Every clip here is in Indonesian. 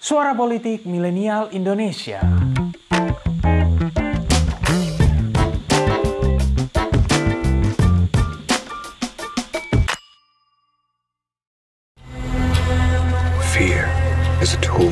Suara Politik Milenial Indonesia. Fear is a tool.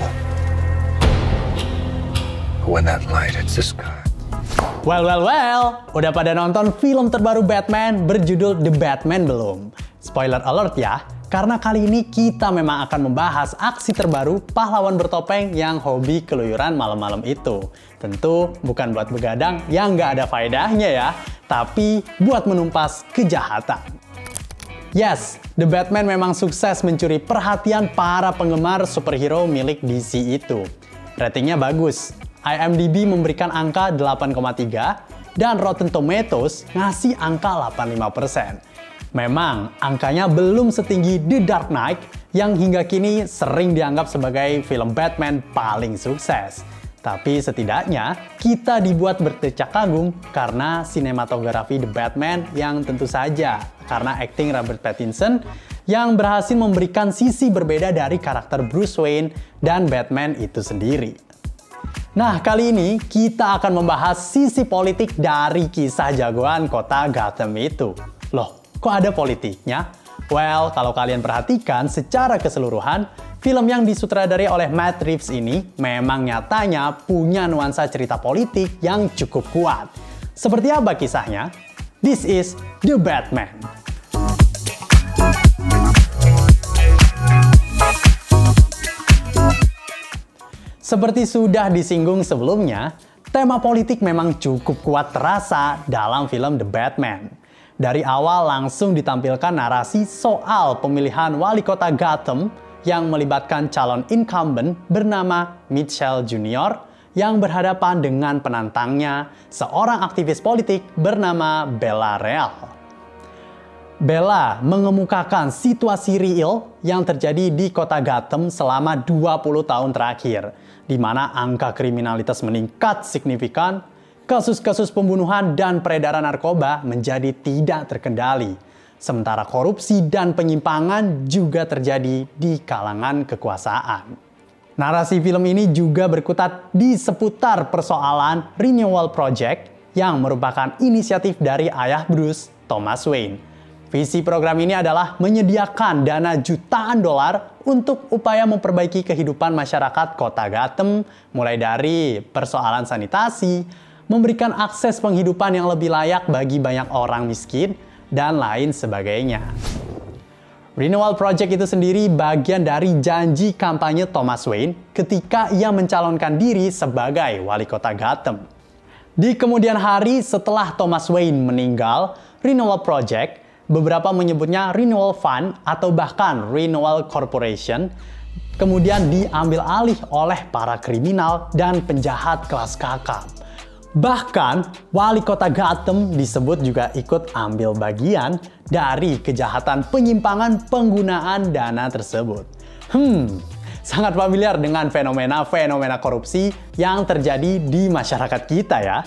When that light hits the sky. Well, udah pada nonton film terbaru Batman berjudul The Batman belum? Spoiler alert ya, karena kali ini kita memang akan membahas aksi terbaru pahlawan bertopeng yang hobi keluyuran malam-malam itu. Tentu bukan buat begadang yang nggak ada faedahnya ya, tapi buat menumpas kejahatan. Yes, The Batman memang sukses mencuri perhatian para penggemar superhero milik DC itu. Ratingnya bagus. IMDb memberikan angka 8,3 dan Rotten Tomatoes ngasih angka 85%. Memang angkanya belum setinggi The Dark Knight yang hingga kini sering dianggap sebagai film Batman paling sukses. Tapi setidaknya kita dibuat berdecak kagum karena sinematografi The Batman yang tentu saja karena akting Robert Pattinson yang berhasil memberikan sisi berbeda dari karakter Bruce Wayne dan Batman itu sendiri. Nah, kali ini kita akan membahas sisi politik dari kisah jagoan kota Gotham itu. Loh, kok ada politiknya? Well, kalau kalian perhatikan secara keseluruhan, film yang disutradarai oleh Matt Reeves ini memang nyatanya punya nuansa cerita politik yang cukup kuat. Seperti apa kisahnya? This is The Batman. Seperti sudah disinggung sebelumnya, tema politik memang cukup kuat terasa dalam film The Batman. Dari awal langsung ditampilkan narasi soal pemilihan wali kota Gotham yang melibatkan calon incumbent bernama Mitchell Jr. yang berhadapan dengan penantangnya, seorang aktivis politik bernama Bella Real. Bella mengemukakan situasi real yang terjadi di kota Gotham selama 20 tahun terakhir, di mana angka kriminalitas meningkat signifikan, kasus-kasus pembunuhan dan peredaran narkoba menjadi tidak terkendali, sementara korupsi dan penyimpangan juga terjadi di kalangan kekuasaan. Narasi film ini juga berkutat di seputar persoalan Renewal Project yang merupakan inisiatif dari ayah Bruce, Thomas Wayne. Visi program ini adalah menyediakan dana jutaan dolar untuk upaya memperbaiki kehidupan masyarakat kota Gotham, mulai dari persoalan sanitasi, memberikan akses penghidupan yang lebih layak bagi banyak orang miskin, dan lain sebagainya. Renewal Project itu sendiri bagian dari janji kampanye Thomas Wayne ketika ia mencalonkan diri sebagai wali kota Gotham. Di kemudian hari setelah Thomas Wayne meninggal, Renewal Project, beberapa menyebutnya Renewal Fund atau bahkan Renewal Corporation, kemudian diambil alih oleh para kriminal dan penjahat kelas kakap. Bahkan, wali kota Gotham disebut juga ikut ambil bagian dari kejahatan penyimpangan penggunaan dana tersebut. Sangat familiar dengan fenomena-fenomena korupsi yang terjadi di masyarakat kita ya.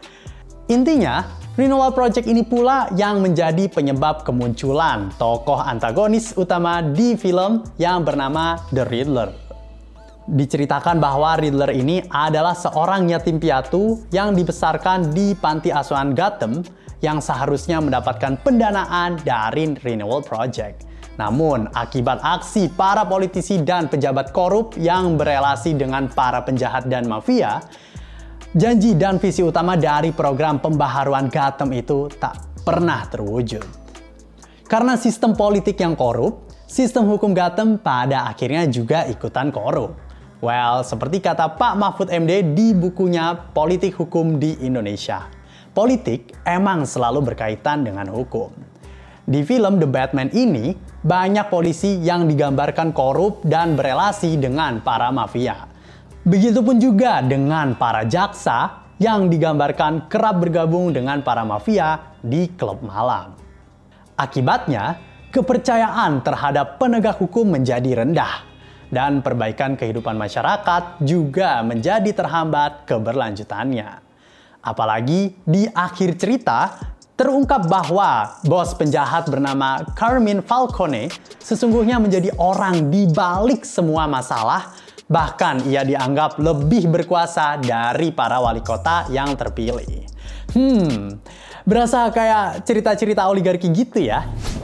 Intinya, Renewal Project ini pula yang menjadi penyebab kemunculan tokoh antagonis utama di film yang bernama The Riddler. Diceritakan bahwa Riddler ini adalah seorang yatim piatu yang dibesarkan di panti asuhan Gotham yang seharusnya mendapatkan pendanaan dari Renewal Project. Namun, akibat aksi para politisi dan pejabat korup yang berelasi dengan para penjahat dan mafia, janji dan visi utama dari program pembaharuan Gotham itu tak pernah terwujud. Karena sistem politik yang korup, sistem hukum Gotham pada akhirnya juga ikutan korup. Well, seperti kata Pak Mahfud MD di bukunya Politik Hukum di Indonesia, politik emang selalu berkaitan dengan hukum. Di film The Batman ini, banyak polisi yang digambarkan korup dan berelasi dengan para mafia. Begitupun juga dengan para jaksa yang digambarkan kerap bergabung dengan para mafia di klub malam. Akibatnya, kepercayaan terhadap penegak hukum menjadi rendah, dan perbaikan kehidupan masyarakat juga menjadi terhambat keberlanjutannya. Apalagi di akhir cerita, terungkap bahwa bos penjahat bernama Carmine Falcone sesungguhnya menjadi orang di balik semua masalah Bahkan ia dianggap lebih berkuasa dari para wali kota yang terpilih. Berasa kayak cerita-cerita oligarki gitu ya.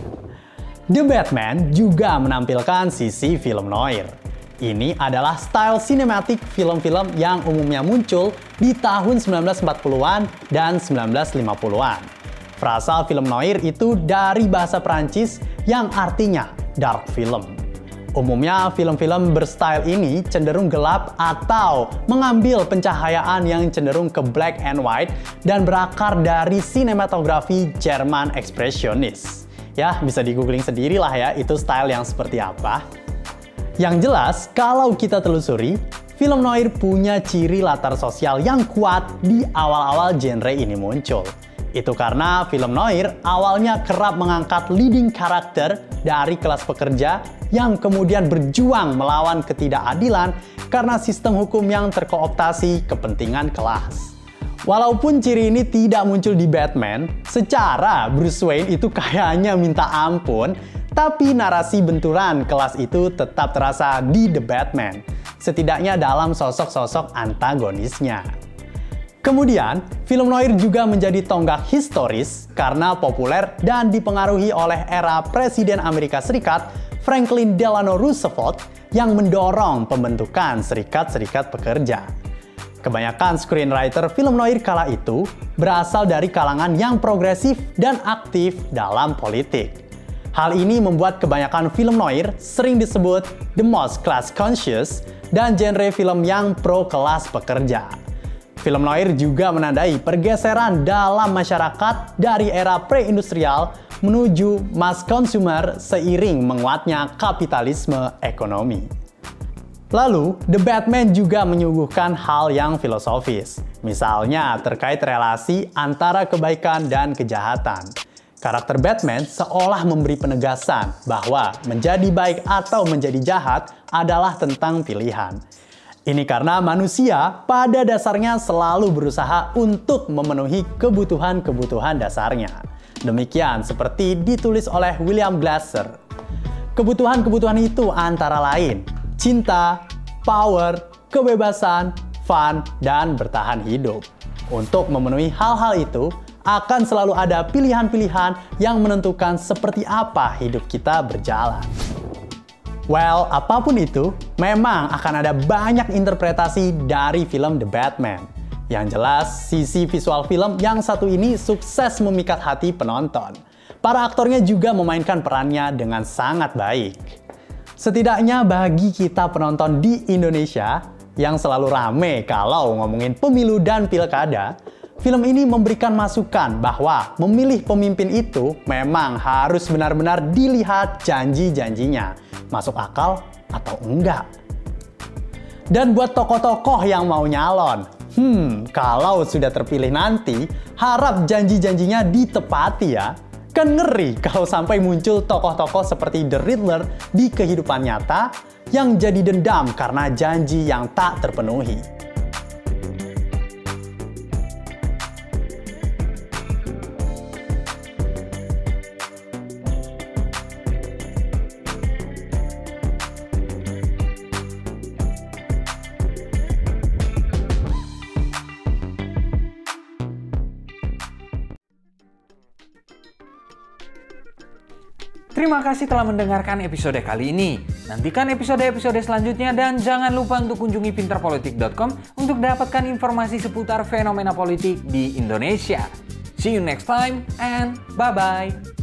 The Batman juga menampilkan sisi film noir. Ini adalah style sinematik film-film yang umumnya muncul di tahun 1940-an dan 1950-an. Frasa film noir itu dari bahasa Prancis yang artinya dark film. Umumnya film-film berstyle ini cenderung gelap atau mengambil pencahayaan yang cenderung ke black and white dan berakar dari sinematografi Jerman ekspresionis. Ya, bisa di-googling sendirilah ya, itu style yang seperti apa. Yang jelas, kalau kita telusuri, film noir punya ciri latar sosial yang kuat di awal-awal genre ini muncul. Itu karena film noir awalnya kerap mengangkat leading karakter dari kelas pekerja yang kemudian berjuang melawan ketidakadilan karena sistem hukum yang terkooptasi kepentingan kelas. Walaupun ciri ini tidak muncul di Batman, secara Bruce Wayne itu kayaknya minta ampun, tapi narasi benturan kelas itu tetap terasa di The Batman, setidaknya dalam sosok-sosok antagonisnya. Kemudian, film noir juga menjadi tonggak historis karena populer dan dipengaruhi oleh era Presiden Amerika Serikat Franklin Delano Roosevelt yang mendorong pembentukan serikat-serikat pekerja. Kebanyakan screenwriter film noir kala itu berasal dari kalangan yang progresif dan aktif dalam politik. Hal ini membuat kebanyakan film noir sering disebut the most class conscious dan genre film yang pro kelas pekerja. Film noir juga menandai pergeseran dalam masyarakat dari era pre-industrial menuju mass consumer seiring menguatnya kapitalisme ekonomi. Lalu, The Batman juga menyuguhkan hal yang filosofis, misalnya terkait relasi antara kebaikan dan kejahatan. Karakter Batman seolah memberi penegasan bahwa menjadi baik atau menjadi jahat adalah tentang pilihan. Ini karena manusia pada dasarnya selalu berusaha untuk memenuhi kebutuhan-kebutuhan dasarnya. Demikian seperti ditulis oleh William Glasser. Kebutuhan-kebutuhan itu antara lain cinta, power, kebebasan, fun, dan bertahan hidup. Untuk memenuhi hal-hal itu, akan selalu ada pilihan-pilihan yang menentukan seperti apa hidup kita berjalan. Well, apapun itu, memang akan ada banyak interpretasi dari film The Batman. Yang jelas, sisi visual film yang satu ini sukses memikat hati penonton. Para aktornya juga memainkan perannya dengan sangat baik. Setidaknya bagi kita penonton di Indonesia, yang selalu rame kalau ngomongin pemilu dan pilkada, film ini memberikan masukan bahwa memilih pemimpin itu memang harus benar-benar dilihat janji-janjinya. Masuk akal atau enggak? Dan buat tokoh-tokoh yang mau nyalon, kalau sudah terpilih nanti, harap janji-janjinya ditepati ya. Kan ngeri kalau sampai muncul tokoh-tokoh seperti The Riddler di kehidupan nyata yang jadi dendam karena janji yang tak terpenuhi. Terima kasih telah mendengarkan episode kali ini. Nantikan episode-episode selanjutnya dan jangan lupa untuk kunjungi pinterpolitik.com untuk dapatkan informasi seputar fenomena politik di Indonesia. See you next time and bye-bye.